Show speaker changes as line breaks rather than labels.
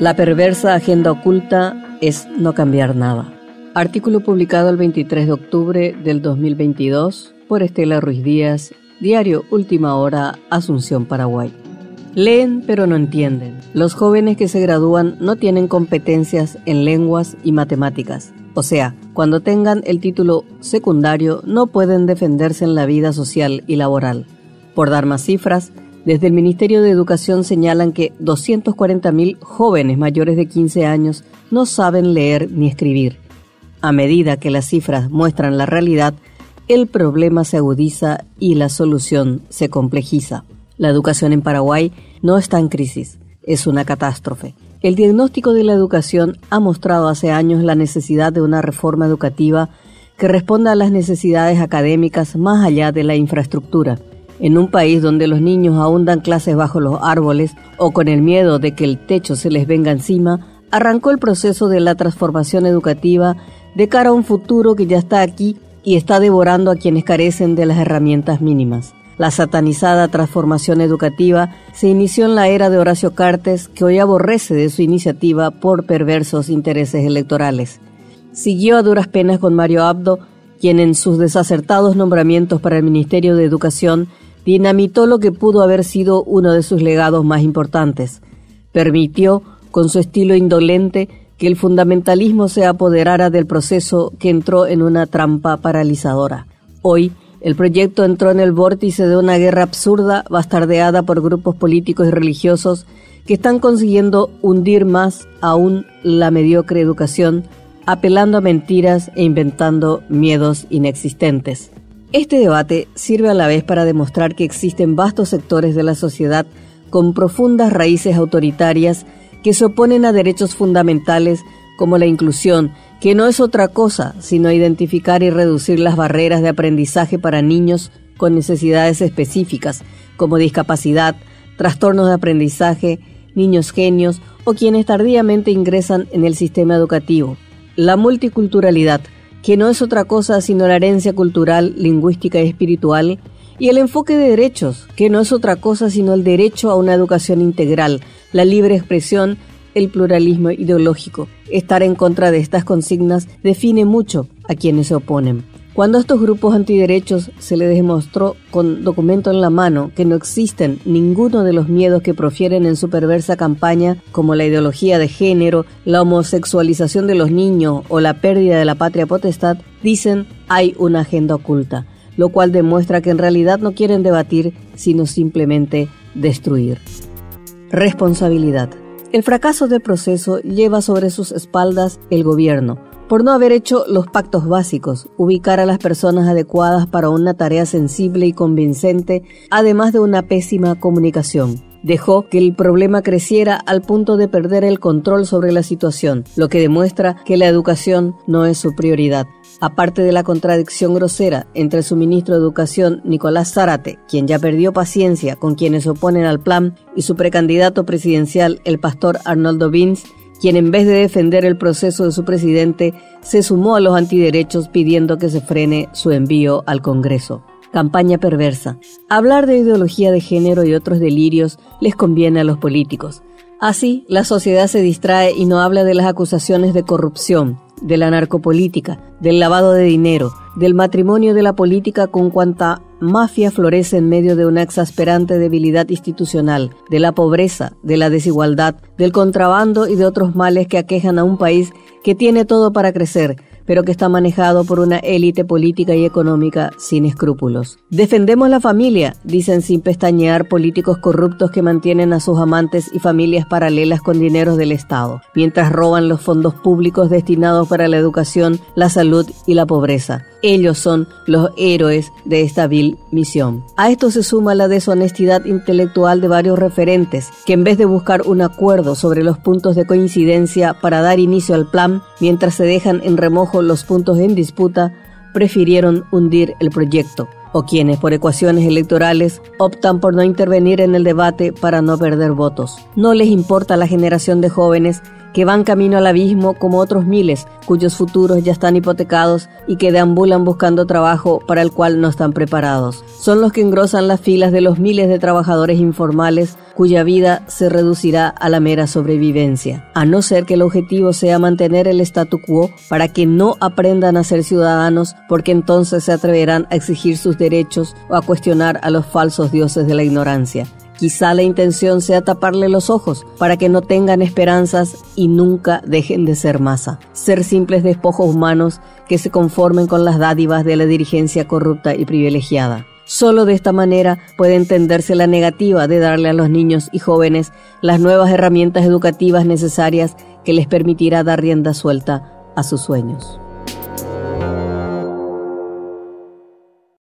La perversa agenda oculta es no cambiar nada. Artículo publicado el 23 de octubre del 2022 por Estela Ruiz Díaz, diario Última Hora, Asunción, Paraguay. Leen pero no entienden. Los jóvenes que se gradúan no tienen competencias en lenguas y matemáticas. O sea, cuando tengan el título secundario no pueden defenderse en la vida social y laboral. Por dar más cifras, desde el Ministerio de Educación señalan que 240.000 jóvenes mayores de 15 años no saben leer ni escribir. A medida que las cifras muestran la realidad, el problema se agudiza y la solución se complejiza. La educación en Paraguay no está en crisis, es una catástrofe. El diagnóstico de la educación ha mostrado hace años la necesidad de una reforma educativa que responda a las necesidades académicas más allá de la infraestructura. En un país donde los niños aún dan clases bajo los árboles o con el miedo de que el techo se les venga encima, arrancó el proceso de la transformación educativa de cara a un futuro que ya está aquí y está devorando a quienes carecen de las herramientas mínimas. La satanizada transformación educativa se inició en la era de Horacio Cartes, que hoy aborrece de su iniciativa por perversos intereses electorales. Siguió a duras penas con Mario Abdo, quien en sus desacertados nombramientos para el Ministerio de Educación dinamitó lo que pudo haber sido uno de sus legados más importantes. Permitió, con su estilo indolente, que el fundamentalismo se apoderara del proceso que entró en una trampa paralizadora. Hoy, el proyecto entró en el vórtice de una guerra absurda, bastardeada por grupos políticos y religiosos que están consiguiendo hundir más aún la mediocre educación, apelando a mentiras e inventando miedos inexistentes. Este debate sirve a la vez para demostrar que existen vastos sectores de la sociedad con profundas raíces autoritarias que se oponen a derechos fundamentales como la inclusión, que no es otra cosa sino identificar y reducir las barreras de aprendizaje para niños con necesidades específicas, como discapacidad, trastornos de aprendizaje, niños genios o quienes tardíamente ingresan en el sistema educativo. La multiculturalidad, que no es otra cosa sino la herencia cultural, lingüística y espiritual, y el enfoque de derechos, que no es otra cosa sino el derecho a una educación integral, la libre expresión, el pluralismo ideológico. Estar en contra de estas consignas define mucho a quienes se oponen. Cuando a estos grupos antiderechos se les demostró con documento en la mano que no existen ninguno de los miedos que profieren en su perversa campaña, como la ideología de género, la homosexualización de los niños o la pérdida de la patria potestad, dicen hay una agenda oculta, lo cual demuestra que en realidad no quieren debatir, sino simplemente destruir. Responsabilidad. El fracaso del proceso lleva sobre sus espaldas el gobierno, por no haber hecho los pactos básicos, ubicar a las personas adecuadas para una tarea sensible y convincente, además de una pésima comunicación. Dejó que el problema creciera al punto de perder el control sobre la situación, lo que demuestra que la educación no es su prioridad. Aparte de la contradicción grosera entre su ministro de Educación, Nicolás Zárate, quien ya perdió paciencia con quienes se oponen al plan, y su precandidato presidencial, el pastor Arnoldo Vins, quien en vez de defender el proceso de su presidente, se sumó a los antiderechos pidiendo que se frene su envío al Congreso. Campaña perversa. Hablar de ideología de género y otros delirios les conviene a los políticos. Así, la sociedad se distrae y no habla de las acusaciones de corrupción, de la narcopolítica, del lavado de dinero, del matrimonio de la política con cuanta mafia florece en medio de una exasperante debilidad institucional, de la pobreza, de la desigualdad, del contrabando y de otros males que aquejan a un país que tiene todo para crecer, pero que está manejado por una élite política y económica sin escrúpulos. Defendemos la familia, dicen sin pestañear políticos corruptos que mantienen a sus amantes y familias paralelas con dineros del Estado, mientras roban los fondos públicos destinados para la educación, la salud y la pobreza. Ellos son los héroes de esta vil misión. A esto se suma la deshonestidad intelectual de varios referentes, que en vez de buscar un acuerdo sobre los puntos de coincidencia para dar inicio al plan, mientras se dejan en remojo los puntos en disputa, prefirieron hundir el proyecto, o quienes por ecuaciones electorales optan por no intervenir en el debate para no perder votos. No les importa la generación de jóvenes que van camino al abismo como otros miles cuyos futuros ya están hipotecados y que deambulan buscando trabajo para el cual no están preparados. Son los que engrosan las filas de los miles de trabajadores informales cuya vida se reducirá a la mera sobrevivencia, a no ser que el objetivo sea mantener el statu quo para que no aprendan a ser ciudadanos, porque entonces se atreverán a exigir sus derechos o a cuestionar a los falsos dioses de la ignorancia. Quizá la intención sea taparle los ojos para que no tengan esperanzas y nunca dejen de ser masa, ser simples despojos humanos que se conformen con las dádivas de la dirigencia corrupta y privilegiada. Solo de esta manera puede entenderse la negativa de darle a los niños y jóvenes las nuevas herramientas educativas necesarias que les permitirá dar rienda suelta a sus sueños.